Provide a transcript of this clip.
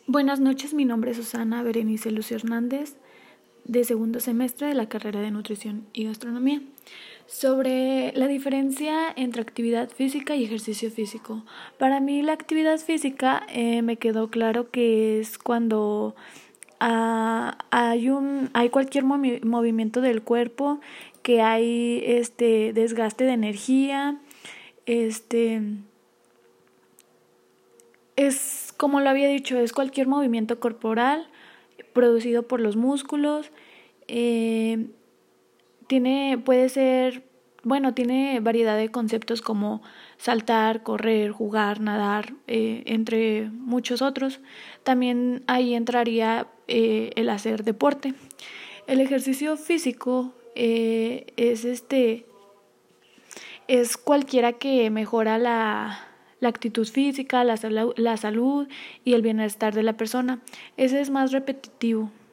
Buenas noches, mi nombre es Susana Berenice Lucio Hernández, de segundo semestre de la carrera de Nutrición y Gastronomía. Sobre la diferencia entre actividad física y ejercicio físico. Para mí la actividad física me quedó claro que es cuando hay cualquier movimiento del cuerpo, que hay desgaste de energía, es, como lo había dicho, es cualquier movimiento corporal producido por los músculos. Eh, tiene variedad de conceptos como saltar, correr, jugar, nadar, entre muchos otros. También ahí entraría el hacer deporte. El ejercicio físico es cualquiera que mejora la actitud física, la salud y el bienestar de la persona. Ese es más repetitivo.